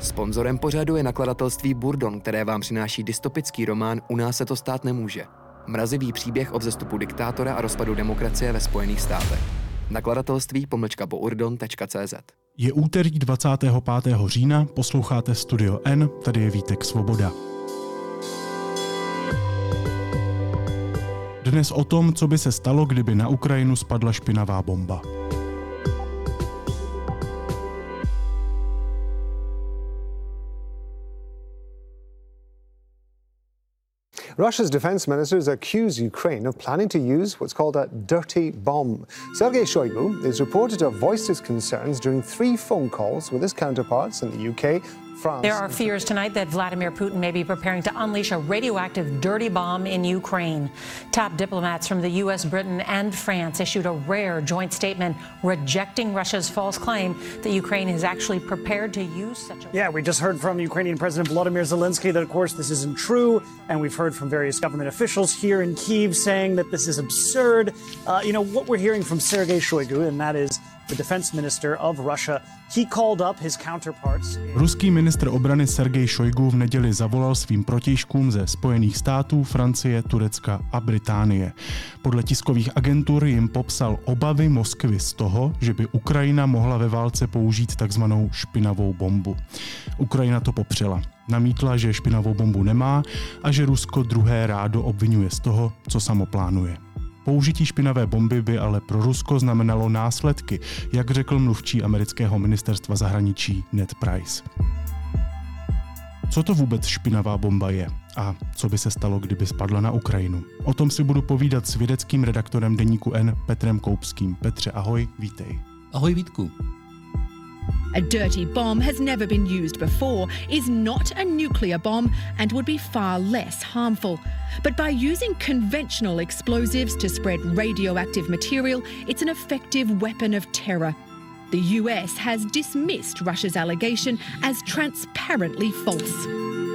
Sponzorem pořadu je nakladatelství Burdon, které vám přináší dystopický román U nás se to stát nemůže. Mrazivý příběh o vzestupu diktátora a rozpadu demokracie ve Spojených státech. Nakladatelství-bourdon.cz. Je úterý 25. října, posloucháte Studio N, tady je Vítek Svoboda. Dnes o tom, co by se stalo, kdyby na Ukrajinu spadla špinavá bomba. Russia's defense ministers accuse Ukraine of planning to use what's called a dirty bomb. Sergei Shoigu is reported to have voiced his concerns during 3 phone calls with his counterparts in the UK, France. There are fears tonight that Vladimir Putin may be preparing to unleash a radioactive dirty bomb in Ukraine. Top diplomats from the US, Britain and France issued a rare joint statement rejecting Russia's false claim that Ukraine is actually prepared to use such a... Yeah, we just heard from Ukrainian President Volodymyr Zelensky that, of course, this isn't true. And we've heard from various government officials here in Kyiv saying that this is absurd. What we're hearing from Sergei Shoigu, and that is the defense minister of Russia, he called up his counterparts. Ruský ministr obrany Sergej Šojgu v neděli zavolal svým protějškům ze Spojených států, Francie, Turecka a Británie. Podle tiskových agentur jim popsal obavy Moskvy z toho, že by Ukrajina mohla ve válce použít takzvanou špinavou bombu. Ukrajina to popřela. Namítla, že špinavou bombu nemá a že Rusko druhé rádo obvinuje z toho, co samo plánuje. Použití špinavé bomby by ale pro Rusko znamenalo následky, jak řekl mluvčí amerického ministerstva zahraničí Ned Price. Co to vůbec špinavá bomba je a co by se stalo, kdyby spadla na Ukrajinu? O tom si budu povídat s vědeckým redaktorem deníku N Petrem Koupským. Petře, ahoj, vítej. Ahoj, Vítku. A dirty bomb has never been used before, is not a nuclear bomb, and would be far less harmful. But by using conventional explosives to spread radioactive material, it's an effective weapon of terror. The US has dismissed Russia's allegation as transparently false.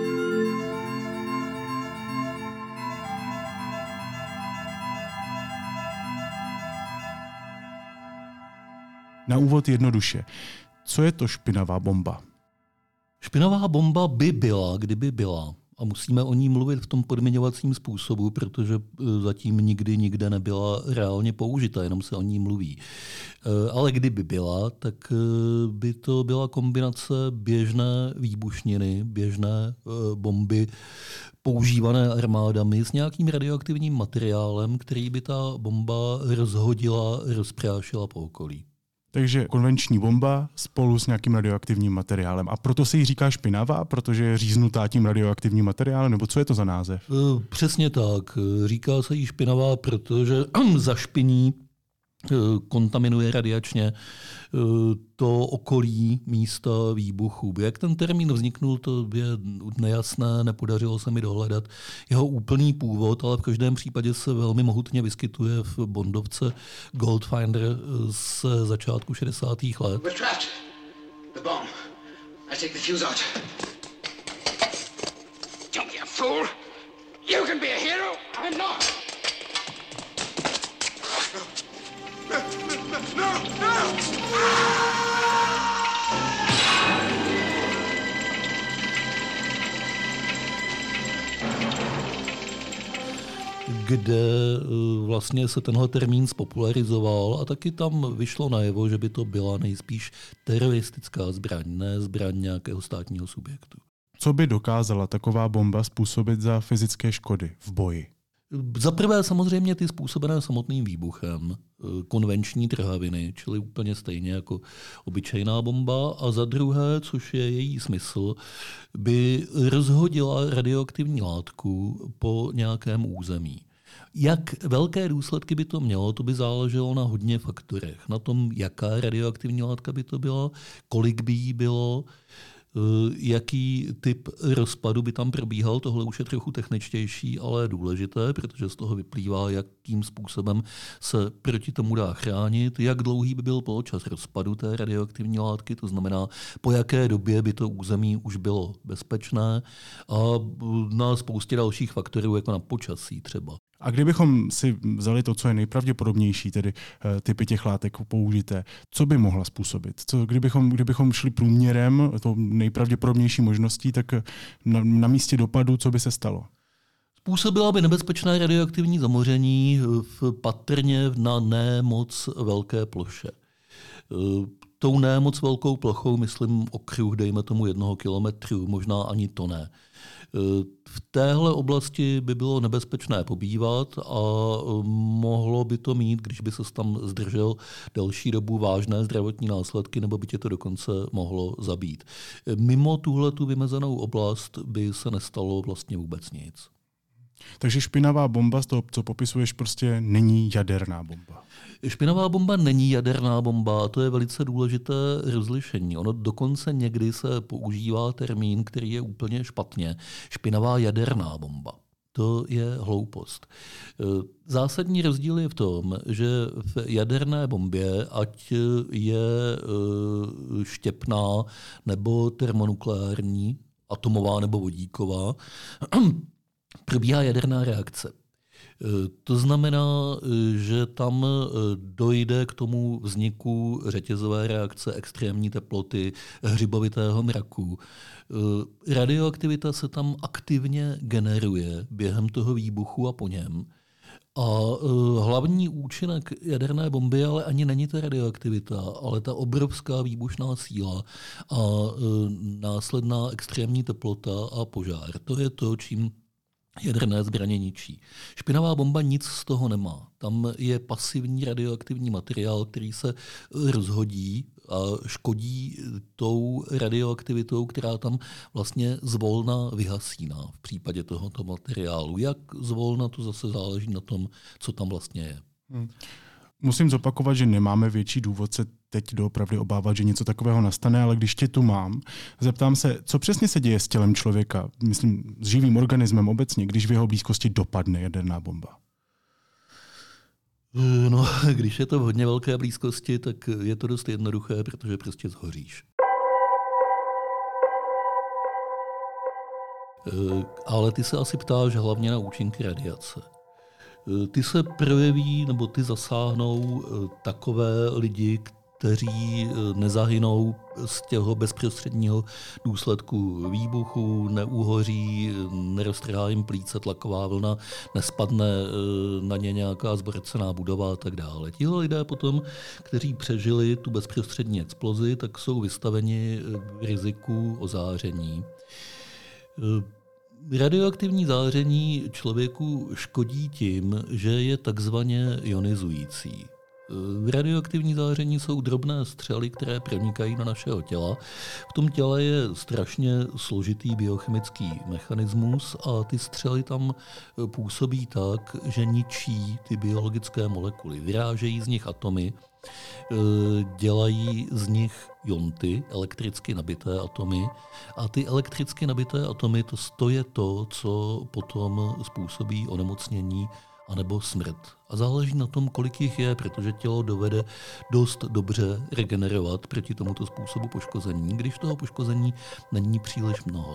Na úvod jednoduše. Co je to špinavá bomba? Špinavá bomba by byla, kdyby byla. A musíme o ní mluvit v tom podmiňovacím způsobu, protože zatím nikdy nikde nebyla reálně použita, jenom se o ní mluví. Ale kdyby byla, tak by to byla kombinace běžné výbušniny, běžné bomby používané armádami s nějakým radioaktivním materiálem, který by ta bomba rozhodila, rozprášila po okolí. Takže konvenční bomba spolu s nějakým radioaktivním materiálem. A proto se jí říká špinavá, protože je říznutá tím radioaktivním materiálem, nebo co je to za název? Přesně tak. Říká se jí špinavá, protože zašpiní, kontaminuje radiačně to okolí místa výbuchu. Jak ten termín vzniknul, to je nejasné, nepodařilo se mi dohledat jeho úplný původ, ale v každém případě se velmi mohutně vyskytuje v bondovce Goldfinger z začátku 60. let. Kde vlastně se tenhle termín spopularizoval a taky tam vyšlo najevo, že by to byla nejspíš teroristická zbraň, ne zbraň nějakého státního subjektu. Co by dokázala taková bomba způsobit za fyzické škody v boji? Za prvé samozřejmě ty způsobené samotným výbuchem, konvenční trhaviny, čili úplně stejně jako obyčejná bomba, a za druhé, což je její smysl, by rozhodila radioaktivní látku po nějakém území. Jak velké důsledky by to mělo, to by záleželo na hodně faktorech. Na tom, jaká radioaktivní látka by to byla, kolik by jí bylo, jaký typ rozpadu by tam probíhal. Tohle už je trochu techničtější, ale důležité, protože z toho vyplývá, jakým způsobem se proti tomu dá chránit, jak dlouhý by byl poločas rozpadu té radioaktivní látky, to znamená, po jaké době by to území už bylo bezpečné, a na spoustě dalších faktorů, jako na počasí třeba. A kdybychom si vzali to, co je nejpravděpodobnější, tedy typy těch látek použité, co by mohla způsobit? Kdybychom šli průměrem, to nejpravděpodobnější možností, tak na místě dopadu, co by se stalo? Způsobila by nebezpečné radioaktivní zamoření patrně na ne moc velké ploše. Tou ne moc velkou plochou myslím okruh, dejme tomu 1 kilometru, možná ani to ne. V téhle oblasti by bylo nebezpečné pobývat a mohlo by to mít, když by se tam zdržel delší dobu, vážné zdravotní následky, nebo by tě to dokonce mohlo zabít. Mimo tuhletu vymezenou oblast by se nestalo vlastně vůbec nic. Takže špinavá bomba, z toho, co popisuješ, prostě není jaderná bomba. Špinavá bomba není jaderná bomba a to je velice důležité rozlišení. Ono dokonce někdy se používá termín, který je úplně špatně. Špinavá jaderná bomba. To je hloupost. Zásadní rozdíl je v tom, že v jaderné bombě, ať je štěpná nebo termonukleární, atomová nebo vodíková, probíhá jaderná reakce. To znamená, že tam dojde k tomu vzniku řetězové reakce, extrémní teploty, hřibovitého mraku. Radioaktivita se tam aktivně generuje během toho výbuchu a po něm. A hlavní účinek jaderné bomby ale ani není ta radioaktivita, ale ta obrovská výbušná síla a následná extrémní teplota a požár. To je to, čím jaderné zbraně ničí. Špinavá bomba nic z toho nemá. Tam je pasivní radioaktivní materiál, který se rozhodí a škodí tou radioaktivitou, která tam vlastně zvolna vyhasíná v případě tohoto materiálu. Jak zvolna, to zase záleží na tom, co tam vlastně je. Musím zopakovat, že nemáme větší důvod se teď doopravdy obávat, že něco takového nastane, ale když tě tu mám, zeptám se, co přesně se děje s tělem člověka, myslím s živým organismem obecně, když v jeho blízkosti dopadne jaderná bomba? No, když je to v hodně velké blízkosti, tak je to dost jednoduché, protože prostě zhoříš. Ale ty se asi ptáš hlavně na účinky radiace. Ty se projeví, nebo ty zasáhnou takové lidi, kteří nezahynou z těho bezprostředního důsledku výbuchu, neuhoří, neroztrhá jim plíce tlaková vlna, nespadne na ně nějaká zborcená budova a tak dále. Tihle lidé potom, kteří přežili tu bezprostřední explozi, tak jsou vystaveni riziku ozáření. Radioaktivní záření člověku škodí tím, že je takzvaně ionizující. Radioaktivní záření jsou drobné střely, které pronikají do našeho těla. V tom těle je strašně složitý biochemický mechanismus a ty střely tam působí tak, že ničí ty biologické molekuly. Vyrážejí z nich atomy, dělají z nich jonty, elektricky nabité atomy, a ty elektricky nabité atomy, to je to, co potom způsobí onemocnění anebo smrt. A záleží na tom, kolik jich je, protože tělo dovede dost dobře regenerovat proti tomuto způsobu poškození, když toho poškození není příliš mnoho.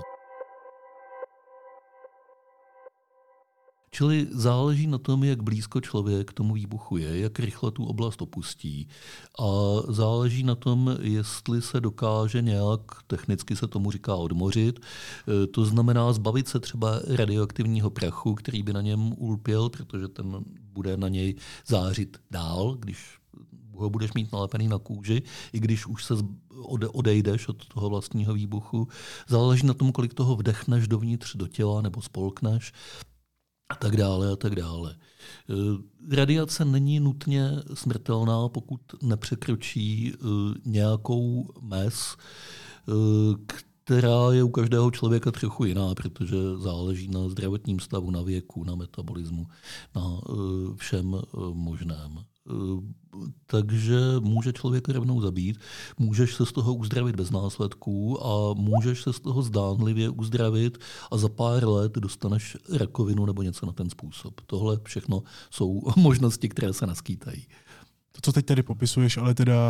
Čili záleží na tom, jak blízko člověk k tomu výbuchu je, jak rychle tu oblast opustí, a záleží na tom, jestli se dokáže nějak, technicky se tomu říká odmořit, to znamená zbavit se třeba radioaktivního prachu, který by na něm ulpěl, protože ten bude na něj zářit dál, když ho budeš mít nalepený na kůži, i když už se odejdeš od toho vlastního výbuchu. Záleží na tom, kolik toho vdechneš dovnitř do těla nebo spolkneš, a tak dále, a tak dále. Radiace není nutně smrtelná, pokud nepřekročí nějakou mez, která je u každého člověka trochu jiná, protože záleží na zdravotním stavu, na věku, na metabolismu, na všem možném. Takže může člověka rovnou zabít, můžeš se z toho uzdravit bez následků a můžeš se z toho zdánlivě uzdravit a za pár let dostaneš rakovinu nebo něco na ten způsob. Tohle všechno jsou možnosti, které se naskýtají. To, co teď tady popisuješ, ale teda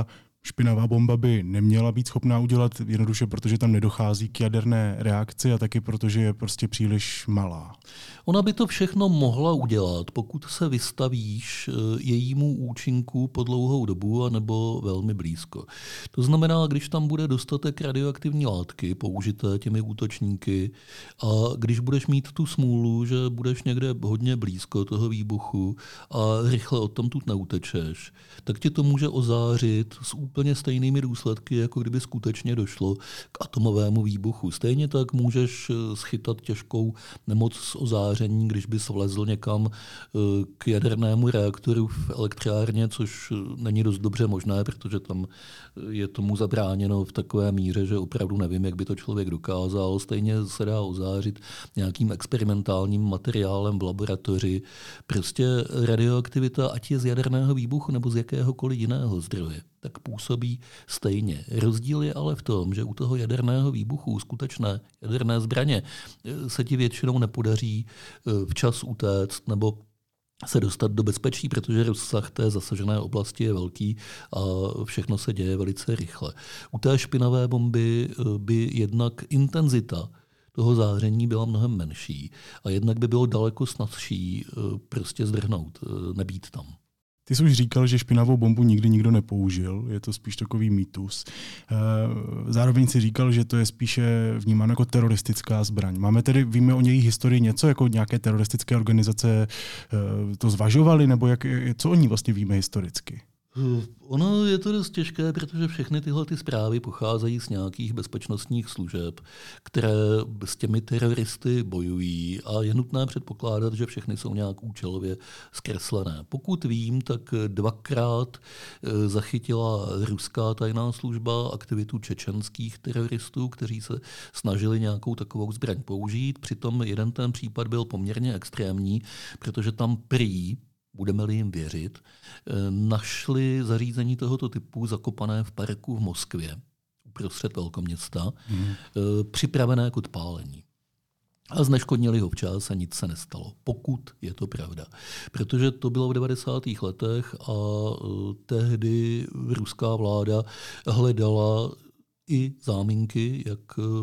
špinavá bomba by neměla být schopná udělat jednoduše, protože tam nedochází k jaderné reakci a taky protože je prostě příliš malá. Ona by to všechno mohla udělat, pokud se vystavíš jejímu účinku po dlouhou dobu anebo velmi blízko. To znamená, když tam bude dostatek radioaktivní látky použité těmi útočníky a když budeš mít tu smůlu, že budeš někde hodně blízko toho výbuchu a rychle odtamtud neutečeš, tak ti to může ozářit s úplně stejnými důsledky, jako kdyby skutečně došlo k atomovému výbuchu. Stejně tak můžeš schytat těžkou nemoc z ozáření, když bys vlezl někam k jadernému reaktoru v elektrárně, což není dost dobře možné, protože tam je tomu zabráněno v takové míře, že opravdu nevím, jak by to člověk dokázal. Stejně se dá ozářit nějakým experimentálním materiálem v laboratoři. Prostě radioaktivita, ať je z jaderného výbuchu nebo z jakéhokoliv jiného zdroje, tak působí stejně. Rozdíl je ale v tom, že u toho jaderného výbuchu, skutečné jaderné zbraně, se ti většinou nepodaří včas utéct nebo se dostat do bezpečí, protože rozsah té zasažené oblasti je velký a všechno se děje velice rychle. U té špinavé bomby by jednak intenzita toho záření byla mnohem menší a jednak by bylo daleko snazší prostě zdrhnout, nebýt tam. Ty jsi už říkal, že špinavou bombu nikdy nikdo nepoužil, je to spíš takový mýtus. Zároveň si říkal, že to je spíše vnímáno jako teroristická zbraň. Víme o její historii něco, jako nějaké teroristické organizace to zvažovaly, nebo co o ní vlastně víme historicky? Ono je to dost těžké, protože všechny tyhle ty zprávy pocházejí z nějakých bezpečnostních služeb, které s těmi teroristy bojují a je nutné předpokládat, že všechny jsou nějak účelově zkreslené. Pokud vím, tak dvakrát zachytila ruská tajná služba aktivitu čečenských teroristů, kteří se snažili nějakou takovou zbraň použít. Přitom jeden ten případ byl poměrně extrémní, protože tam prý, budeme-li jim věřit, našli zařízení tohoto typu zakopané v parku v Moskvě, uprostřed velkoměsta, připravené k odpálení. A zneškodnili ho včas a nic se nestalo, pokud je to pravda. Protože to bylo v 90. letech a tehdy ruská vláda hledala i záminky, jak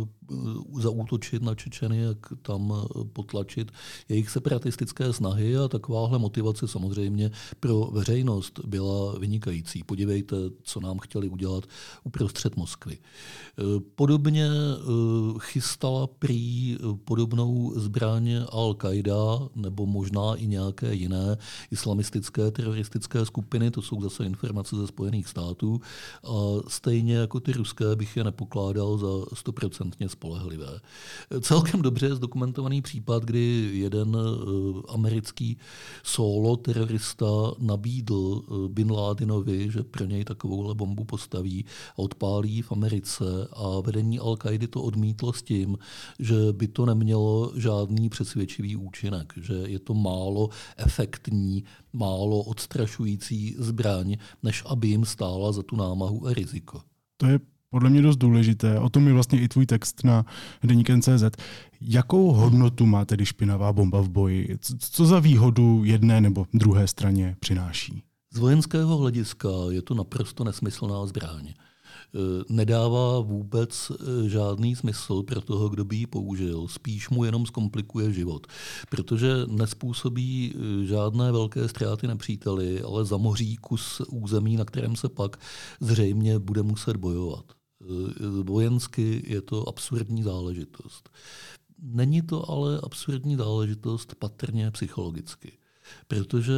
zaútočit na Čečeny, jak tam potlačit jejich separatistické snahy a takováhle motivace samozřejmě pro veřejnost byla vynikající. Podívejte, co nám chtěli udělat uprostřed Moskvy. Podobně chystala prý podobnou zbraň Al-Qaida nebo možná i nějaké jiné islamistické teroristické skupiny, to jsou zase informace ze Spojených států a stejně jako ty ruské bych je nepokládal za 100% spolehlivé. Celkem dobře je zdokumentovaný případ, kdy jeden americký solo terorista nabídl Bin Ládinovi, že pro něj takovouhle bombu postaví a odpálí v Americe a vedení Al-Kaidy to odmítlo s tím, že by to nemělo žádný přesvědčivý účinek, že je to málo efektní, málo odstrašující zbraň, než aby jim stála za tu námahu a riziko. To je podle mě dost důležité. O tom je vlastně i tvůj text na deník.cz. Jakou hodnotu má tedy špinavá bomba v boji? Co za výhodu jedné nebo druhé straně přináší? Z vojenského hlediska je to naprosto nesmyslná zbraň. Nedává vůbec žádný smysl pro toho, kdo by ji použil. Spíš mu jenom zkomplikuje život, protože nespůsobí žádné velké ztráty nepříteli, ale zamoří kus území, na kterém se pak zřejmě bude muset bojovat. Vojensky je to absurdní záležitost. Není to ale absurdní záležitost patrně psychologicky, protože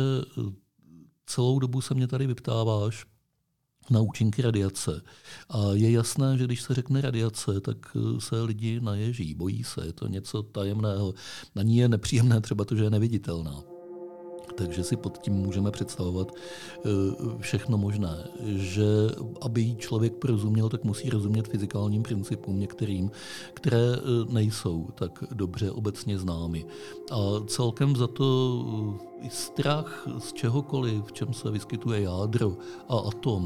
celou dobu se mě tady vyptáváš na účinky radiace. A je jasné, že když se řekne radiace, tak se lidi naježí, bojí se, je to něco tajemného. Na ní je nepříjemné třeba to, že je neviditelná. Takže si pod tím můžeme představovat všechno možné. Že aby jí člověk porozuměl, tak musí rozumět fyzikálním principům některým, které nejsou tak dobře obecně známy. A celkem za to strach z čehokoliv, v čem se vyskytuje jádro a atom,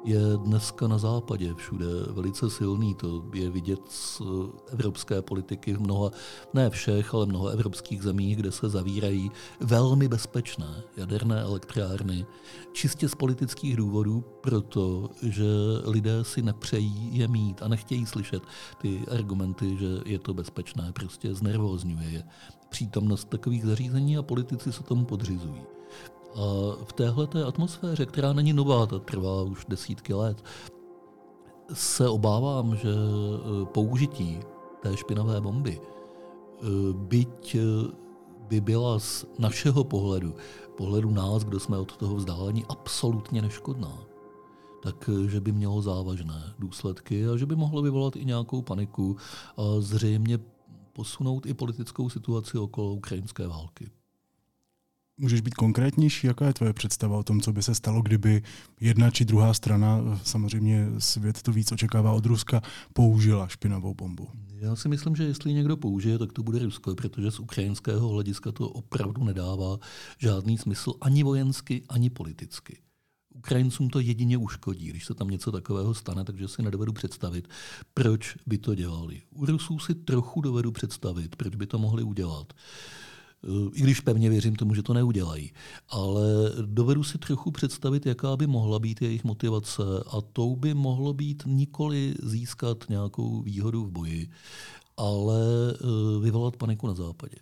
je dneska na západě všude velice silný. To je vidět z evropské politiky v mnoha, ne všech, ale mnoha evropských zemích, kde se zavírají velmi bezpečné jaderné elektrárny, čistě z politických důvodů, protože lidé si nepřejí je mít a nechtějí slyšet ty argumenty, že je to bezpečné, prostě znervózňuje je přítomnost takových zařízení a politici se tomu podřizují. A v téhleté atmosféře, která není nová, ta trvá už desítky let, se obávám, že použití té špinavé bomby, byť by byla z našeho pohledu nás, kdo jsme od toho vzdáleni, absolutně neškodná, takže by mělo závažné důsledky a že by mohlo vyvolat i nějakou paniku a zřejmě posunout i politickou situaci okolo ukrajinské války. Můžeš být konkrétnější? Jaká je tvoje představa o tom, co by se stalo, kdyby jedna či druhá strana, samozřejmě svět to víc očekává od Ruska, použila špinavou bombu? Já si myslím, že jestli někdo použije, tak to bude Rusko, protože z ukrajinského hlediska to opravdu nedává žádný smysl ani vojensky, ani politicky. Ukrajincům to jedině uškodí, když se tam něco takového stane, takže si nedovedu představit, proč by to dělali. U Rusů si trochu dovedu představit, proč by to mohli udělat. I když pevně věřím tomu, že to neudělají. Ale dovedu si trochu představit, jaká by mohla být jejich motivace a tou by mohlo být nikoli získat nějakou výhodu v boji, ale vyvolat paniku na západě.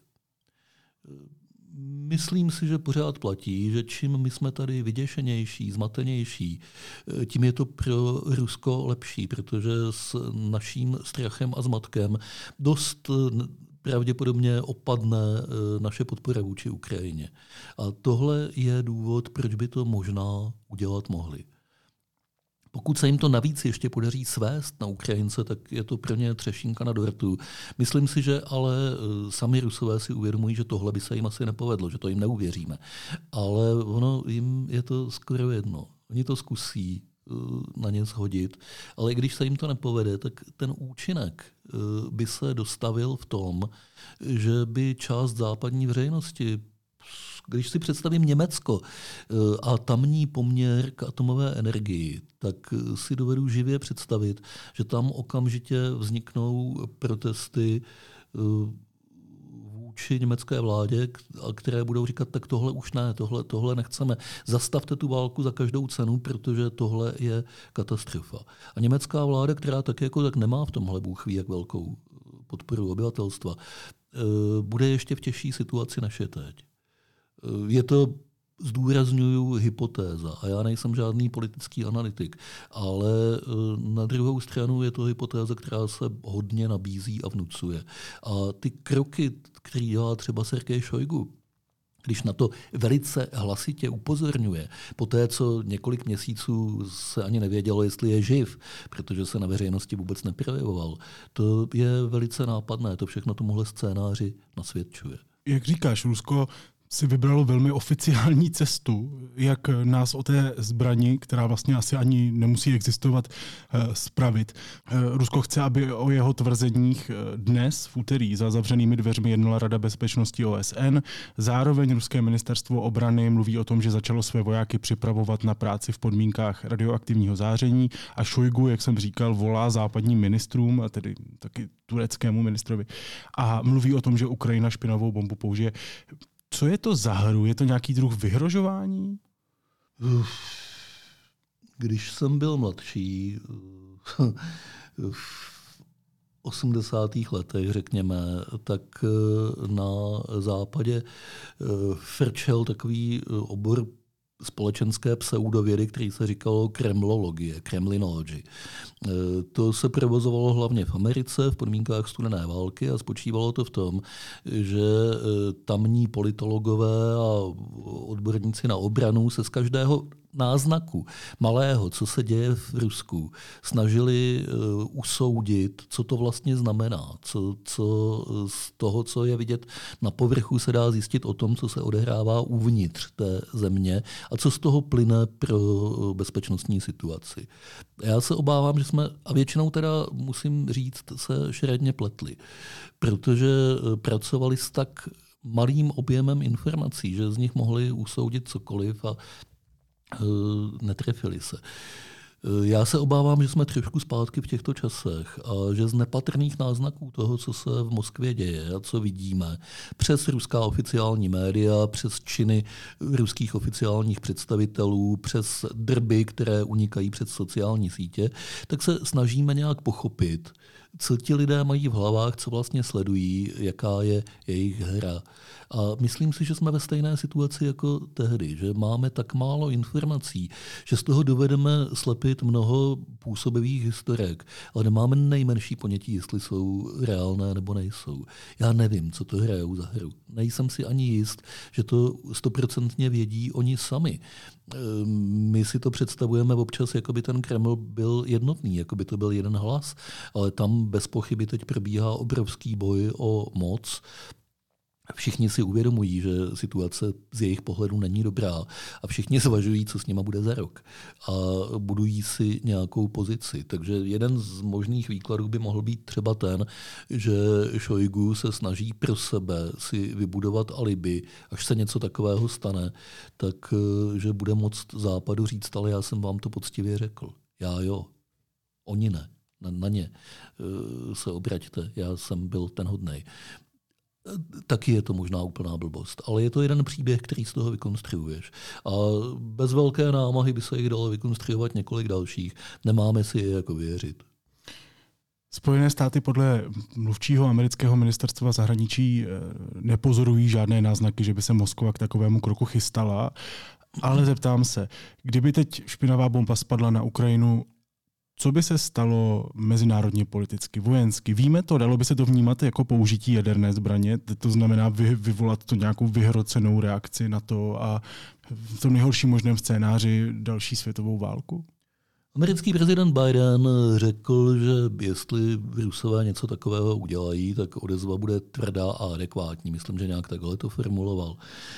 Myslím si, že pořád platí, že čím my jsme tady vyděšenější, zmatenější, tím je to pro Rusko lepší, protože s naším strachem a zmatkem dost pravděpodobně opadne naše podpora vůči Ukrajině. A tohle je důvod, proč by to možná udělat mohli. Pokud se jim to navíc ještě podaří svést na Ukrajince, tak je to pro ně třešínka na dortu. Myslím si, že ale sami Rusové si uvědomují, že tohle by se jim asi nepovedlo, že to jim neuvěříme. Ale ono jim je to skoro jedno. Oni to zkusí na ně shodit, ale když se jim to nepovede, tak ten účinek by se dostavil v tom, že by část západní veřejnosti, když si představím Německo a tamní poměr k atomové energii, tak si dovedu živě představit, že tam okamžitě vzniknou protesty vůči německé vládě, které budou říkat, tak tohle už ne, tohle nechceme. Zastavte tu válku za každou cenu, protože tohle je katastrofa. A německá vláda, která tak jako tak nemá v tomhle Bůh ví jak velkou podporu obyvatelstva, bude ještě v těžší situaci než je teď. Je to, zdůrazňuju, hypotéza a já nejsem žádný politický analytik, ale na druhou stranu je to hypotéza, která se hodně nabízí a vnucuje. A ty kroky, které dělá třeba Sergej Šojgu, když na to velice hlasitě upozorňuje, po té, co několik měsíců se ani nevědělo, jestli je živ, protože se na veřejnosti vůbec neprojevoval, to je velice nápadné, to všechno tomuhle scénáři nasvědčuje. Jak říkáš, Rusko si vybralo velmi oficiální cestu, jak nás o té zbrani, která vlastně asi ani nemusí existovat, spravit. Rusko chce, aby o jeho tvrzeních dnes v úterý za zavřenými dveřmi jednala Rada bezpečnosti OSN. Zároveň ruské ministerstvo obrany mluví o tom, že začalo své vojáky připravovat na práci v podmínkách radioaktivního záření a Šojgu, jak jsem říkal, volá západním ministrům, a tedy taky tureckému ministrovi, a mluví o tom, že Ukrajina špinavou bombu použije. Co je to za hru? Je to nějaký druh vyhrožování? Když jsem byl mladší, v 80. letech, řekněme, tak na západě frčel takový obor společenské pseudovědy, který se říkalo kremlologie, kremlinology. To se provozovalo hlavně v Americe v podmínkách studené války a spočívalo to v tom, že tamní politologové a odborníci na obranu se z každého náznaku malého, co se děje v Rusku, snažili usoudit, co to vlastně znamená, co z toho, co je vidět na povrchu, se dá zjistit o tom, co se odehrává uvnitř té země a co z toho plyne pro bezpečnostní situaci. Já se obávám, že jsme, a většinou teda musím říct, se šeredně pletli, protože pracovali s tak malým objemem informací, že z nich mohli usoudit cokoliv a netrefili se. Já se obávám, že jsme trošku zpátky v těchto časech a že z nepatrných náznaků toho, co se v Moskvě děje a co vidíme, přes ruská oficiální média, přes činy ruských oficiálních představitelů, přes drby, které unikají přes sociální sítě, tak se snažíme nějak pochopit, co ti lidé mají v hlavách, co vlastně sledují, jaká je jejich hra. A myslím si, že jsme ve stejné situaci jako tehdy, že máme tak málo informací, že z toho dovedeme slepit mnoho působivých historek, ale nemáme nejmenší ponětí, jestli jsou reálné nebo nejsou. Já nevím, co to hrajou za hru. Nejsem si ani jist, že to 100% vědí oni sami. My si to představujeme občas, jako by ten Kreml byl jednotný, jako by to byl jeden hlas, ale tam bez pochyby teď probíhá obrovský boj o moc. Všichni si uvědomují, že situace z jejich pohledu není dobrá a všichni zvažují, co s nima bude za rok a budují si nějakou pozici. Takže jeden z možných výkladů by mohl být třeba ten, že Šojgu se snaží pro sebe si vybudovat alibi, až se něco takového stane, tak že bude moct Západu říct, ale já jsem vám to poctivě řekl. Já jo, oni ne. Na ně se obraťte, já jsem byl ten hodnej. Taky je to možná úplná blbost, ale je to jeden příběh, který z toho vykonstruuješ. A bez velké námahy by se jich dalo vykonstruovat několik dalších. Nemáme si je jako věřit. Spojené státy podle mluvčího amerického ministerstva zahraničí nepozorují žádné náznaky, že by se Moskva k takovému kroku chystala, ale zeptám se, kdyby teď špinavá bomba spadla na Ukrajinu, co by se stalo mezinárodně politicky, vojensky? Víme to, dalo by se to vnímat jako použití jaderné zbraně, to znamená vyvolat to nějakou vyhrocenou reakci na to a v tom nejhorším možném scénáři další světovou válku? Americký prezident Biden řekl, že jestli Rusové něco takového udělají, tak odezva bude tvrdá a adekvátní. Myslím, že nějak takhle to formuloval.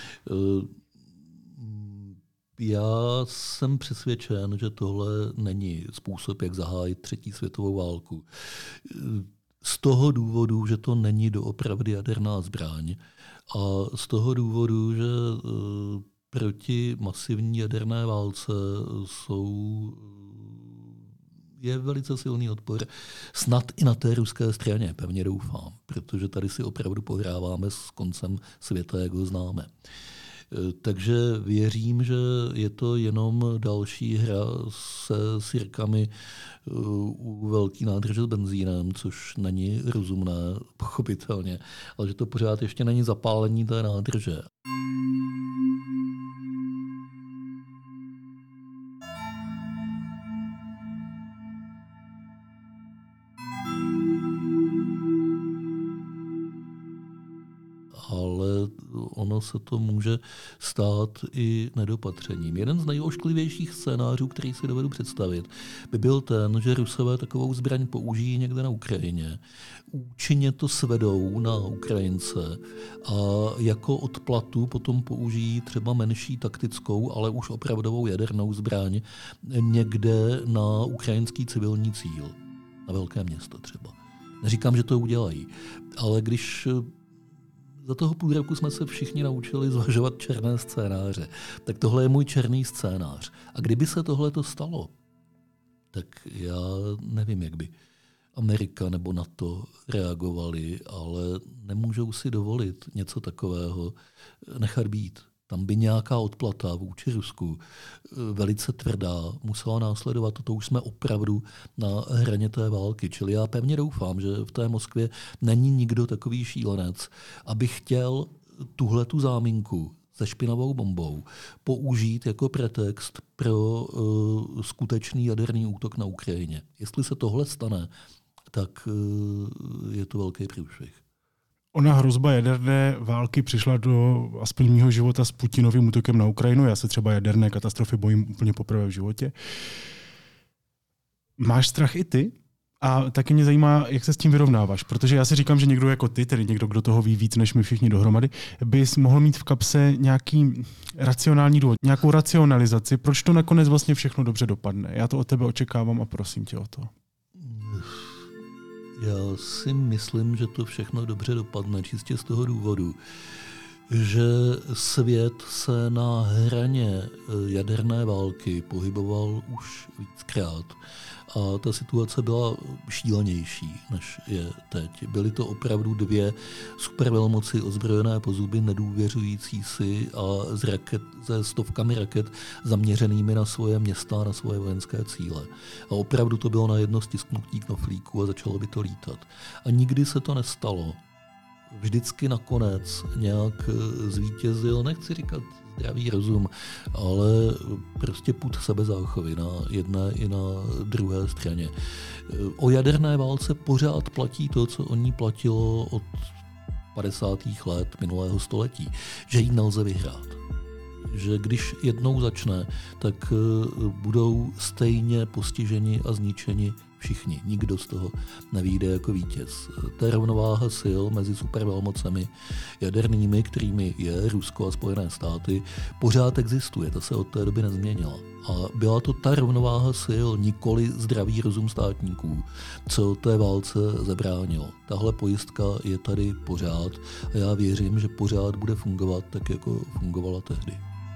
Já jsem přesvědčen, že tohle není způsob, jak zahájit třetí světovou válku. Z toho důvodu, že to není doopravdy jaderná zbraň a z toho důvodu, že proti masivní jaderné válce je velice silný odpor. Snad i na té ruské straně, pevně doufám, protože tady si opravdu pohráváme s koncem světa, jak ho známe. Takže věřím, že je to jenom další hra se sirkami u velký nádrže s benzínem, což není rozumné, pochopitelně, ale že to pořád ještě není zapálení té nádrže. Ale ono se to může stát i nedopatřením. Jeden z nejošklivějších scénářů, který si dovedu představit, by byl ten, že Rusové takovou zbraň použijí někde na Ukrajině, účinně to svedou na Ukrajince a jako odplatu potom použijí třeba menší taktickou, ale už opravdovou jadernou zbraň někde na ukrajinský civilní cíl, na velké město třeba. Neříkám, že to udělají, ale když za toho půl roku jsme se všichni naučili zvažovat černé scénáře. Tak tohle je můj černý scénář. A kdyby se tohleto stalo, tak já nevím, jak by Amerika nebo NATO reagovali, ale nemůžou si dovolit něco takového nechat být. Tam by nějaká odplata vůči Rusku velice tvrdá musela následovat. To už jsme opravdu na hraně té války. Čili já pevně doufám, že v té Moskvě není nikdo takový šílenec, aby chtěl tuhletu záminku se špinavou bombou použít jako pretext pro skutečný jaderný útok na Ukrajině. Jestli se tohle stane, tak je to velký průšvih. Ona hrozba jaderné války přišla do aspoň mýho života s Putinovým útokem na Ukrajinu. Já se třeba jaderné katastrofy bojím úplně poprvé v životě. Máš strach i ty? A taky mě zajímá, jak se s tím vyrovnáváš, protože já si říkám, že někdo jako ty, tedy někdo, kdo toho ví víc než my všichni dohromady, bys mohl mít v kapse nějaký racionální důvod, nějakou racionalizaci, proč to nakonec vlastně všechno dobře dopadne. Já to od tebe očekávám a prosím tě o to. Já si myslím, že to všechno dobře dopadne, čistě z toho důvodu, že svět se na hraně jaderné války pohyboval už víckrát a ta situace byla šílenější, než je teď. Byly to opravdu dvě supervelmoci ozbrojené po zuby, nedůvěřující si a se stovkami raket zaměřenými na svoje města, na svoje vojenské cíle. A opravdu to bylo na jedno stisknutí knoflíku a začalo by to lítat. A nikdy se to nestalo. Vždycky nakonec nějak zvítězil, nechci říkat zdravý rozum, ale prostě pud sebezáchovy na jedné i na druhé straně. O jaderné válce pořád platí to, co o ní platilo od 50. let minulého století, že ji nelze vyhrát. Že když jednou začne, tak budou stejně postiženi a zničeni všichni. Nikdo z toho nevyjde jako vítěz. Ta rovnováha sil mezi supervelmocemi jadernými, kterými je Rusko a Spojené státy, pořád existuje. Ta se od té doby nezměnila. A byla to ta rovnováha sil, nikoli zdravý rozum státníků, co té válce zabránilo. Tahle pojistka je tady pořád a já věřím, že pořád bude fungovat tak, jako fungovala tehdy.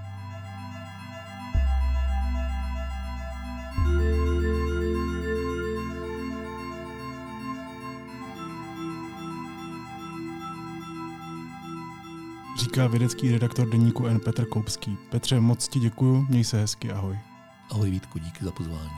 Říká vědecký redaktor deníku N Petr Koupský. Petře, moc ti děkuju, měj se hezky, ahoj. Ahoj Vítku, díky za pozvání.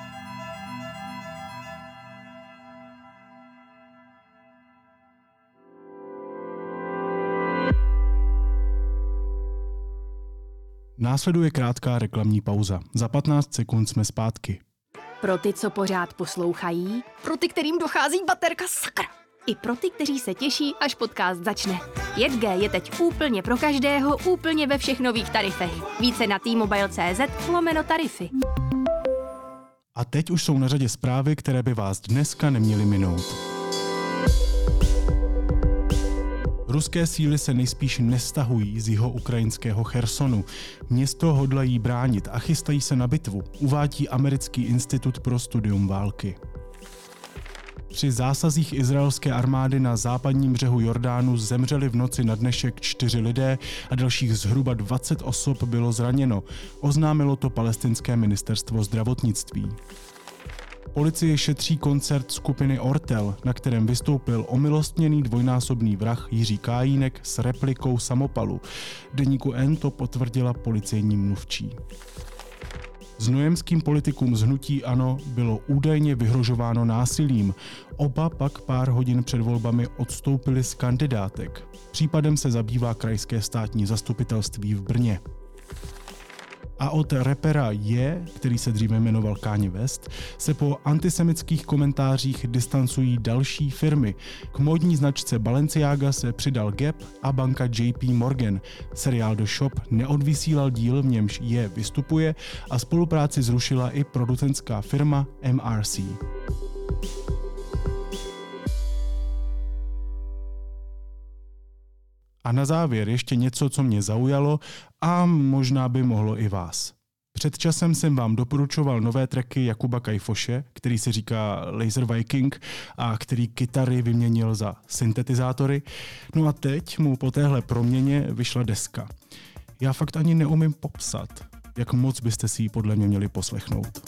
Následuje krátká reklamní pauza. Za 15 sekund jsme zpátky. Pro ty, co pořád poslouchají, pro ty, kterým dochází baterka, sakra! I pro ty, kteří se těší, až podcast začne. 5G je teď úplně pro každého, úplně ve všech nových tarifech. Více na t-mobile.cz/tarify. A teď už jsou na řadě zprávy, které by vás dneska neměly minout. Ruské síly se nejspíš nestahují z jiho-ukrajinského Chersonu. Město hodlají bránit a chystají se na bitvu, uvádí Americký institut pro studium války. Při zásazích izraelské armády na západním břehu Jordánu zemřeli v noci na dnešek 4 lidé a dalších zhruba 20 osob bylo zraněno. Oznámilo to palestinské ministerstvo zdravotnictví. Policie šetří koncert skupiny Ortel, na kterém vystoupil omilostněný dvojnásobný vrah Jiří Kajínek s replikou samopalu. Deníku N to potvrdila policejní mluvčí. Znojemským politikům z hnutí ANO bylo údajně vyhrožováno násilím. Oba pak pár hodin před volbami odstoupili z kandidátek. Případem se zabývá krajské státní zastupitelství v Brně. A od rapera Je, který se dříve jmenoval Kanye West, se po antisemických komentářích distancují další firmy. K módní značce Balenciaga se přidal Gap a banka JP Morgan. Seriál The Shop neodvysílal díl, v němž Je vystupuje a spolupráci zrušila i producentská firma MRC. A na závěr ještě něco, co mě zaujalo a možná by mohlo i vás. Před časem jsem vám doporučoval nové tracky Jakuba Kajfoše, který se říká Laser Viking a který kytary vyměnil za syntetizátory. No a teď mu po téhle proměně vyšla deska. Já fakt ani neumím popsat, jak moc byste si ji podle mě měli poslechnout.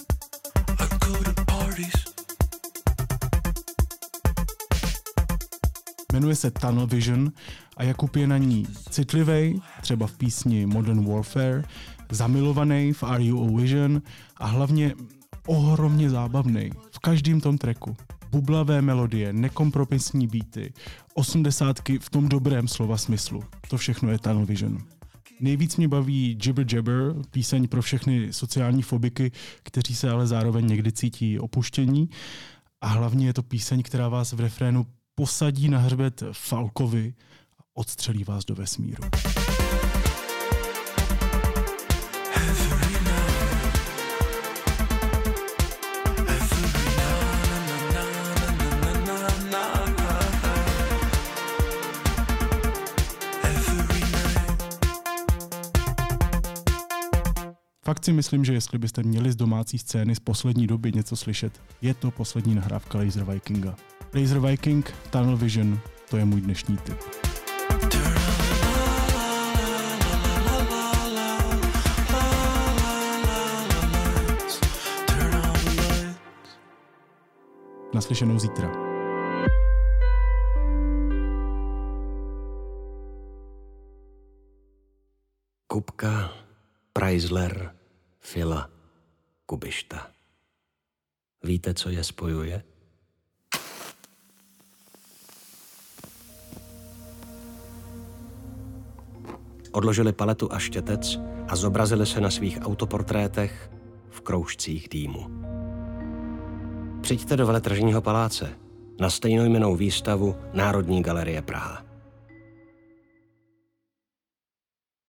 Jmenuje se Tunnel Vision a Jakub je na ní citlivej, třeba v písni Modern Warfare, zamilovaný v Are You a Vision a hlavně ohromně zábavný v každém tom tracku. Bublavé melodie, nekompromisní beaty, 80ky v tom dobrém slova smyslu. To všechno je Tunnel Vision. Nejvíc mě baví Jibber Jabber, píseň pro všechny sociální fobiky, kteří se ale zároveň někdy cítí opuštění. A hlavně je to píseň, která vás v refrénu posadí na hřbet Falkovi a odstřelí vás do vesmíru. Fakt si myslím, že jestli byste měli z domácí scény z poslední doby něco slyšet, je to poslední nahrávka Laser Vikinga. Laser Viking, Tunnel Vision, to je můj dnešní tip. Naslyšenou zítra. Kupka, Chrysler, Fila, Kubišta. Víte, co je spojuje? Odložili paletu a štětec a zobrazili se na svých autoportrétech v kroužcích dýmu. Přijďte do Veletržního paláce na stejnojmennou výstavu Národní galerie Praha.